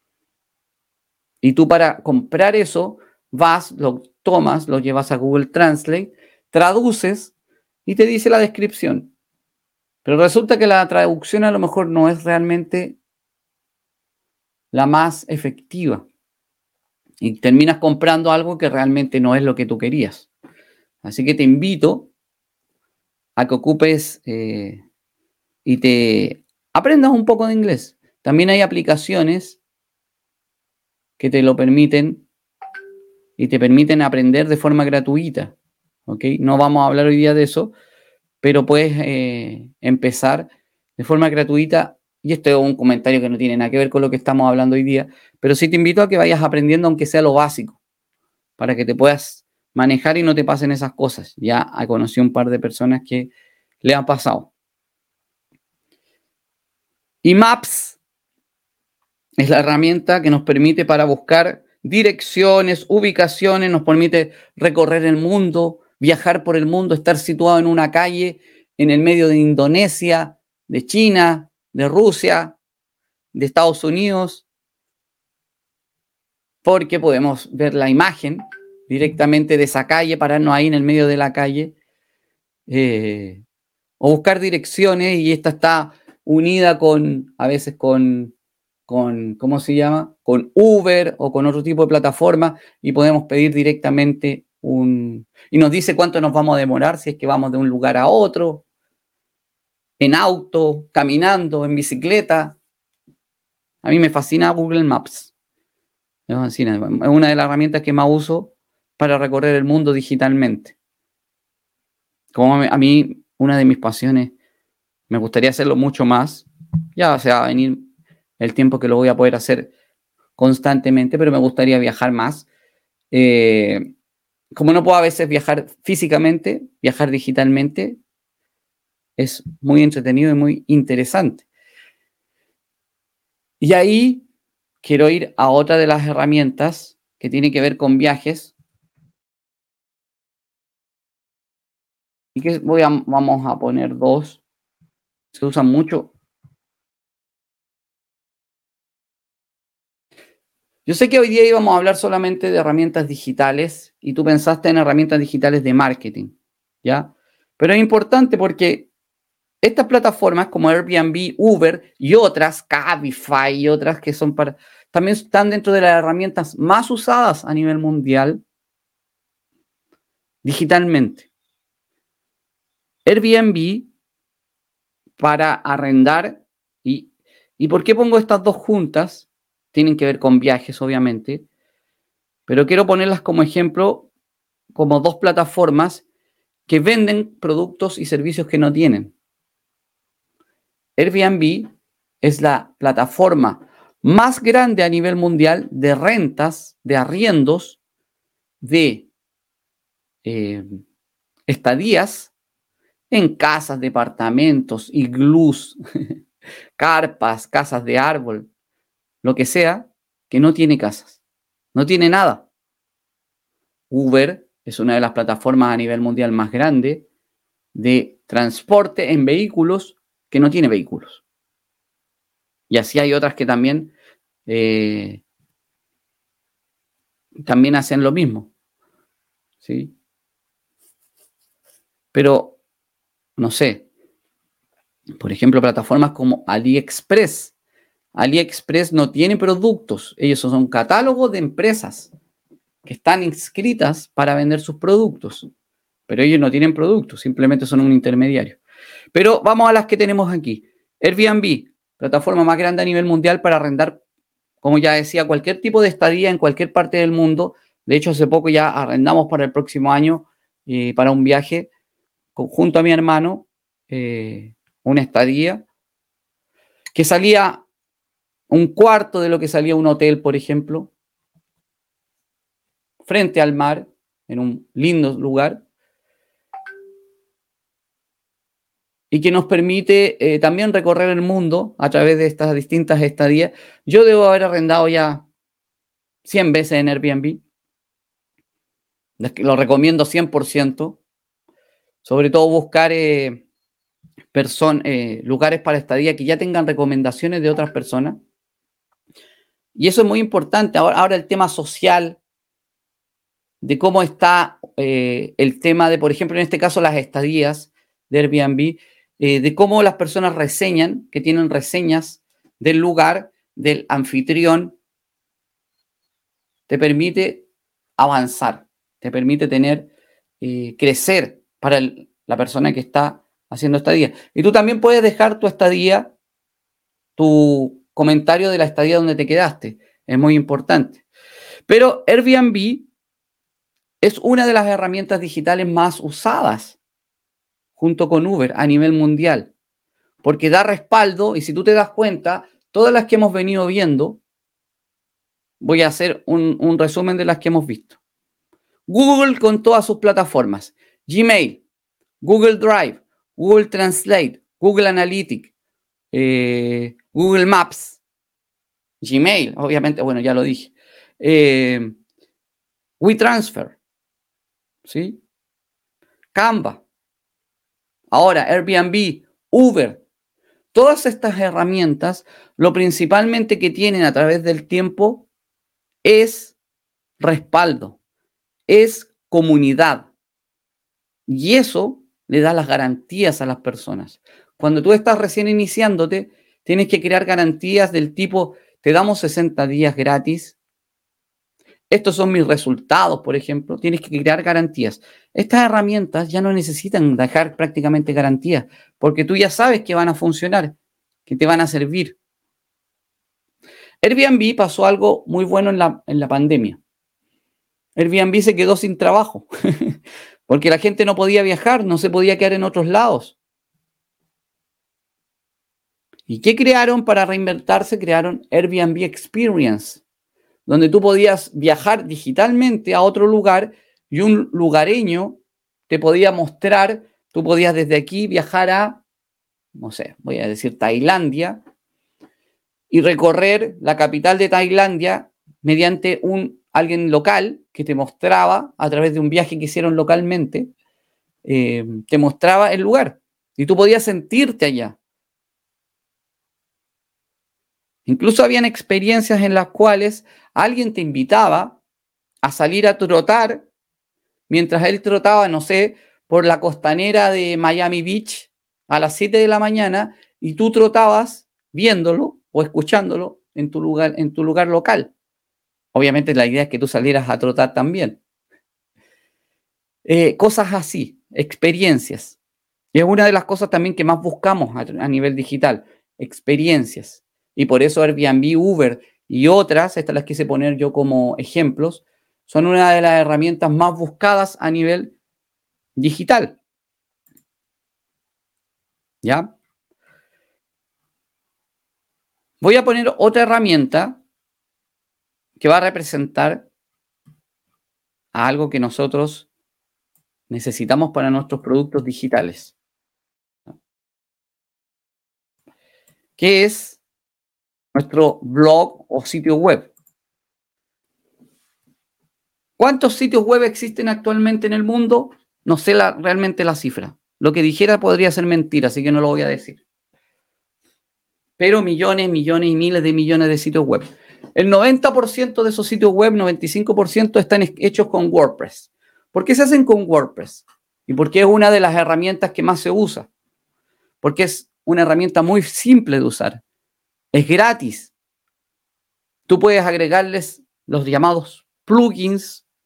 Y tú para comprar eso vas, lo tomas, lo llevas a Google Translate, traduces y te dice la descripción. Pero resulta que la traducción a lo mejor no es realmente la más efectiva. Y terminas comprando algo que realmente no es lo que tú querías. Así que te invito a que ocupes y te aprendas un poco de inglés. También hay aplicaciones que te lo permiten y te permiten aprender de forma gratuita. ¿Ok? No vamos a hablar hoy día de eso, pero puedes empezar de forma gratuita. Y esto es un comentario que no tiene nada que ver con lo que estamos hablando hoy día, pero sí te invito a que vayas aprendiendo aunque sea lo básico, para que te puedas manejar y no te pasen esas cosas. Ya conocí un par de personas que le han pasado. Y Maps es la herramienta que nos permite para buscar direcciones, ubicaciones, nos permite recorrer el mundo, viajar por el mundo, estar situado en una calle en el medio de Indonesia, de China, de Rusia, de Estados Unidos, porque podemos ver la imagen directamente de esa calle, pararnos ahí en el medio de la calle, o buscar direcciones, y esta está unida a veces con, ¿cómo se llama? Con Uber o con otro tipo de plataforma, y podemos pedir directamente y nos dice cuánto nos vamos a demorar si es que vamos de un lugar a otro, en auto, caminando, en bicicleta. A mí me fascina Google Maps. Me fascina. Es una de las herramientas que más uso para recorrer el mundo digitalmente. Como a mí, una de mis pasiones, me gustaría hacerlo mucho más. Ya se va a venir el tiempo que lo voy a poder hacer constantemente, pero me gustaría viajar más. Como no puedo a veces viajar físicamente, viajar digitalmente es muy entretenido y muy interesante. Y ahí quiero ir a otra de las herramientas que tiene que ver con viajes. Y que vamos a poner dos. Se usan mucho. Yo sé que hoy día íbamos a hablar solamente de herramientas digitales y tú pensaste en herramientas digitales de marketing, ¿ya? Pero es importante porque estas plataformas como Airbnb, Uber y otras, Cabify y otras que son también están dentro de las herramientas más usadas a nivel mundial digitalmente. Airbnb para arrendar ¿y por qué pongo estas dos juntas? Tienen que ver con viajes, obviamente, pero quiero ponerlas como ejemplo, como dos plataformas que venden productos y servicios que no tienen. Airbnb es la plataforma más grande a nivel mundial de rentas, de arriendos, de estadías en casas, departamentos, iglús, carpas, casas de árbol, lo que sea, que no tiene casas, no tiene nada. Uber es una de las plataformas a nivel mundial más grande de transporte en vehículos que no tiene vehículos. Y así hay otras que también hacen lo mismo. ¿Sí? Pero, no sé, por ejemplo, plataformas como AliExpress. AliExpress no tiene productos, ellos son catálogos de empresas. que están inscritas para vender sus productos, pero ellos no tienen productos, simplemente son un intermediario. Pero vamos a las que tenemos aquí. Airbnb, plataforma más grande a nivel mundial para arrendar, como ya decía, cualquier tipo de estadía en cualquier parte del mundo. De hecho, hace poco ya arrendamos para el próximo año para un viaje junto a mi hermano, una estadía que salía un cuarto de lo que salía un hotel, por ejemplo, frente al mar, en un lindo lugar, y que nos permite también recorrer el mundo a través de estas distintas estadías. Yo debo haber arrendado ya 100 veces en Airbnb. Lo recomiendo 100%. Sobre todo buscar lugares para estadía que ya tengan recomendaciones de otras personas. Y eso es muy importante. Ahora el tema social, de cómo está el tema de, por ejemplo, en este caso, las estadías de Airbnb, de cómo las personas reseñan, que tienen reseñas del lugar, del anfitrión, te permite avanzar, te permite crecer para la persona que está haciendo estadía. Y tú también puedes dejar tu estadía, tu comentario de la estadía donde te quedaste. Es muy importante. Pero Airbnb es una de las herramientas digitales más usadas junto con Uber a nivel mundial, porque da respaldo y si tú te das cuenta, todas las que hemos venido viendo, voy a hacer un resumen de las que hemos visto. Google con todas sus plataformas, Gmail, Google Drive, Google Translate, Google Analytics, Google Maps, Gmail, obviamente, bueno, ya lo dije, WeTransfer, ¿sí? Canva, ahora Airbnb, Uber, todas estas herramientas, lo principalmente que tienen a través del tiempo es respaldo, es comunidad. Y eso le da las garantías a las personas. Cuando tú estás recién iniciándote, tienes que crear garantías del tipo, te damos 60 días gratis. Estos son mis resultados, por ejemplo. Tienes que crear garantías. Estas herramientas ya no necesitan dejar prácticamente garantías, porque tú ya sabes que van a funcionar, que te van a servir. Airbnb pasó algo muy bueno en la pandemia. Airbnb se quedó sin trabajo, porque la gente no podía viajar, no se podía quedar en otros lados. ¿Y qué crearon para reinventarse? Crearon Airbnb Experience, donde tú podías viajar digitalmente a otro lugar y un lugareño te podía mostrar, tú podías desde aquí viajar a, no sé, voy a decir Tailandia, y recorrer la capital de Tailandia mediante alguien local que te mostraba, a través de un viaje que hicieron localmente, te mostraba el lugar y tú podías sentirte allá. Incluso habían experiencias en las cuales alguien te invitaba a salir a trotar mientras él trotaba, no sé, por la costanera de Miami Beach a las 7 de la mañana y tú trotabas viéndolo o escuchándolo en tu lugar local. Obviamente la idea es que tú salieras a trotar también. Cosas así, experiencias. Y es una de las cosas también que más buscamos a nivel digital, experiencias. Y por eso Airbnb, Uber y otras, estas las quise poner yo como ejemplos, son una de las herramientas más buscadas a nivel digital. ¿Ya? Voy a poner otra herramienta que va a representar a algo que nosotros necesitamos para nuestros productos digitales, que es nuestro blog o sitio web. ¿Cuántos sitios web existen actualmente en el mundo? No sé realmente la cifra. Lo que dijera podría ser mentira, así que no lo voy a decir. Pero millones, millones y miles de millones de sitios web. El 90% de esos sitios web, 95% están hechos con WordPress. ¿Por qué se hacen con WordPress? Y porque es una de las herramientas que más se usa. Porque es una herramienta muy simple de usar. Es gratis. Tú puedes agregarles los llamados plugins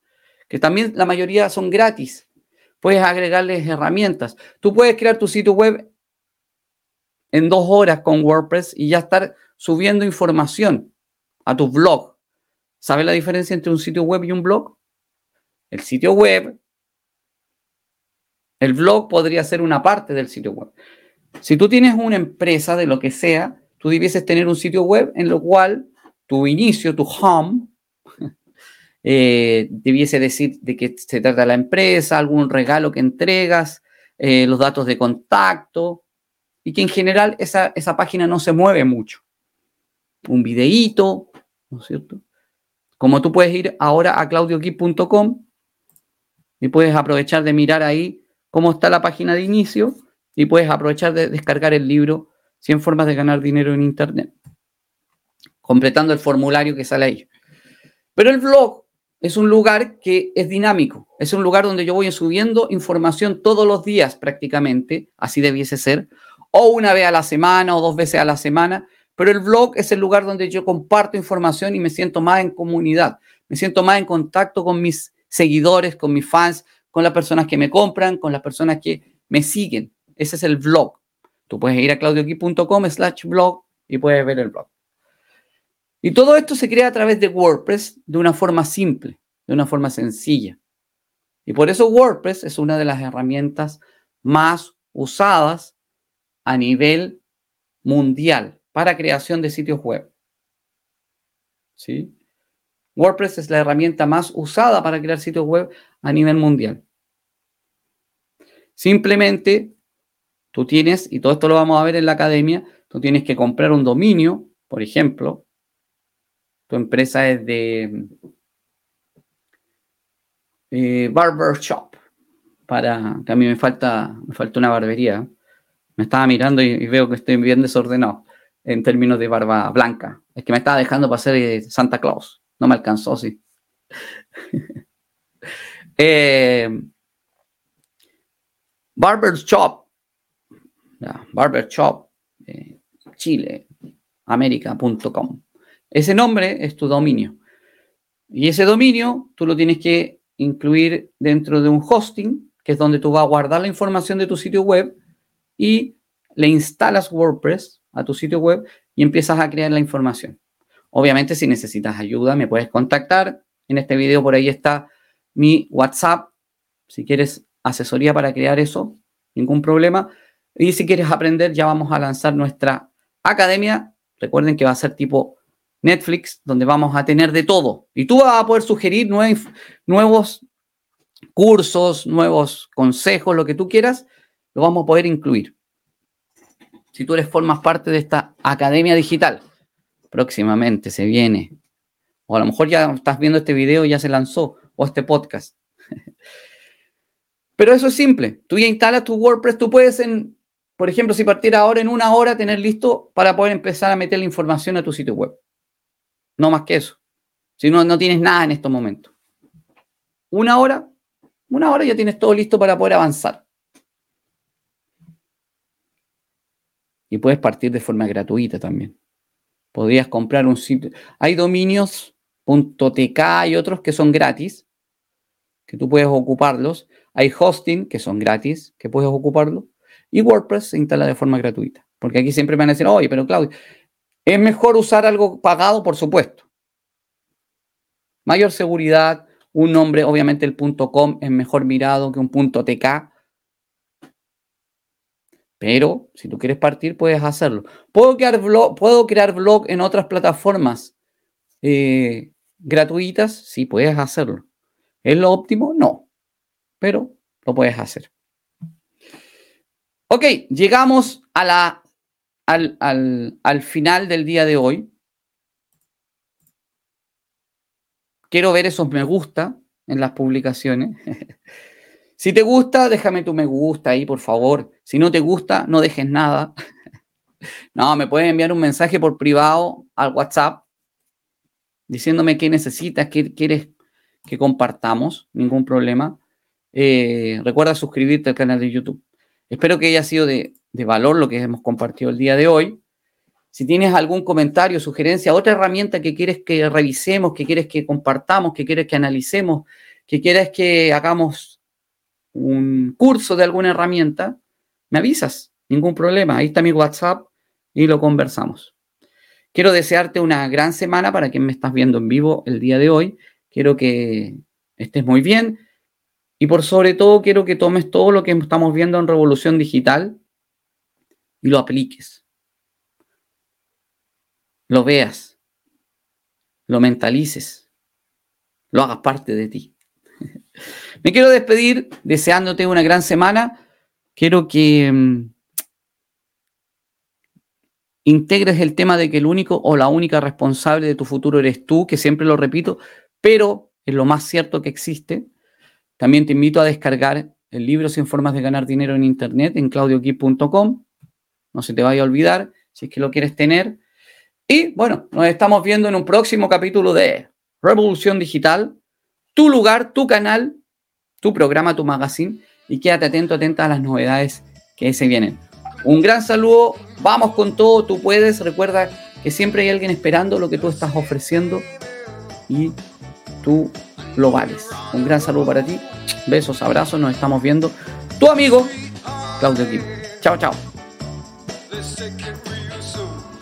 que también la mayoría son gratis. Puedes agregarles herramientas. Tú puedes crear tu sitio web en 2 horas con WordPress y ya estar subiendo información a tu blog. ¿Sabes la diferencia entre un sitio web y un blog? El sitio web, el blog podría ser una parte del sitio web. Si tú tienes una empresa de lo que sea, tú debieses tener un sitio web en lo cual tu inicio, tu home, debiese decir de qué se trata la empresa, algún regalo que entregas, los datos de contacto, y que en general esa página no se mueve mucho. Un videíto, ¿no es cierto? Como tú puedes ir ahora a claudiokeep.com y puedes aprovechar de mirar ahí cómo está la página de inicio y puedes aprovechar de descargar el libro 100 formas de ganar dinero en Internet, completando el formulario que sale ahí. Pero el blog es un lugar que es dinámico, es un lugar donde yo voy subiendo información todos los días prácticamente, así debiese ser, o una vez a la semana o 2 veces a la semana, pero el blog es el lugar donde yo comparto información y me siento más en comunidad, me siento más en contacto con mis seguidores, con mis fans, con las personas que me compran, con las personas que me siguen. Ese es el blog. Tú puedes ir a claudiokeep.com/blog y puedes ver el blog. Y todo esto se crea a través de WordPress de una forma simple, de una forma sencilla. Y por eso WordPress es una de las herramientas más usadas a nivel mundial para creación de sitios web. ¿Sí? WordPress es la herramienta más usada para crear sitios web a nivel mundial. Simplemente tú tienes, y todo esto lo vamos a ver en la academia, tú tienes que comprar un dominio, por ejemplo. Tu empresa es de barbershop, para que a mí me falta una barbería. Me estaba mirando y veo que estoy bien desordenado en términos de barba blanca. Es que me estaba dejando para ser Santa Claus. No me alcanzó, sí. Barbershop. Barbershop. Chile. America.com. Ese nombre es tu dominio. Y ese dominio tú lo tienes que incluir dentro de un hosting, que es donde tú vas a guardar la información de tu sitio web y le instalas WordPress a tu sitio web y empiezas a crear la información. Obviamente, si necesitas ayuda, me puedes contactar. En este video por ahí está mi WhatsApp. Si quieres asesoría para crear eso, ningún problema. Y si quieres aprender, ya vamos a lanzar nuestra academia. Recuerden que va a ser tipo Netflix, donde vamos a tener de todo. Y tú vas a poder sugerir nuevos cursos, nuevos consejos, lo que tú quieras, lo vamos a poder incluir. Si tú formas parte de esta academia digital, próximamente se viene. O a lo mejor ya estás viendo este video y ya se lanzó, o este podcast. Pero eso es simple. Tú ya instalas tu WordPress, tú puedes, por ejemplo, si partiera ahora en 1 hora, tener listo para poder empezar a meter la información a tu sitio web. No más que eso. Si no tienes nada en estos momentos. 1 hora ya tienes todo listo para poder avanzar. Y puedes partir de forma gratuita también. Podrías comprar un sitio. Hay dominios .tk y otros que son gratis, que tú puedes ocuparlos. Hay hosting que son gratis, que puedes ocuparlo. Y WordPress se instala de forma gratuita. Porque aquí siempre me van a decir, oye, pero Claudio, ¿es mejor usar algo pagado? Por supuesto. Mayor seguridad, un nombre, obviamente el .com es mejor mirado que un .tk. Pero si tú quieres partir, puedes hacerlo. ¿Puedo crear blog en otras plataformas gratuitas? Sí, puedes hacerlo. ¿Es lo óptimo? No. Pero lo puedes hacer. Ok, llegamos a al final del día de hoy. Quiero ver esos me gusta en las publicaciones. Si te gusta, déjame tu me gusta ahí, por favor. Si no te gusta, no dejes nada. No, me puedes enviar un mensaje por privado al WhatsApp diciéndome qué necesitas, qué quieres que compartamos. Ningún problema. Recuerda suscribirte al canal de YouTube. Espero que haya sido de valor lo que hemos compartido el día de hoy. Si tienes algún comentario, sugerencia, otra herramienta que quieres que revisemos, que quieres que compartamos, que quieres que analicemos, que quieres que hagamos un curso de alguna herramienta, me avisas, ningún problema. Ahí está mi WhatsApp y lo conversamos. Quiero desearte una gran semana para quien me estás viendo en vivo el día de hoy. Quiero que estés muy bien y por sobre todo quiero que tomes todo lo que estamos viendo en Revolución Digital y lo apliques. Lo veas, lo mentalices, lo hagas parte de ti. Me quiero despedir deseándote una gran semana. Quiero que integres el tema de que el único o la única responsable de tu futuro eres tú, que siempre lo repito, pero es lo más cierto que existe. También te invito a descargar el libro 100 formas de ganar dinero en internet en claudioquip.com. No se te vaya a olvidar si es que lo quieres tener. Y bueno, nos estamos viendo en un próximo capítulo de Revolución Digital, tu lugar, tu canal, tu programa, tu magazine, y quédate atento, atenta a las novedades que se vienen. Un gran saludo, vamos con todo, tú puedes. Recuerda que siempre hay alguien esperando lo que tú estás ofreciendo y tú lo vales. Un gran saludo para ti, besos, abrazos, nos estamos viendo. Tu amigo Claudio Quip. Chao, chao.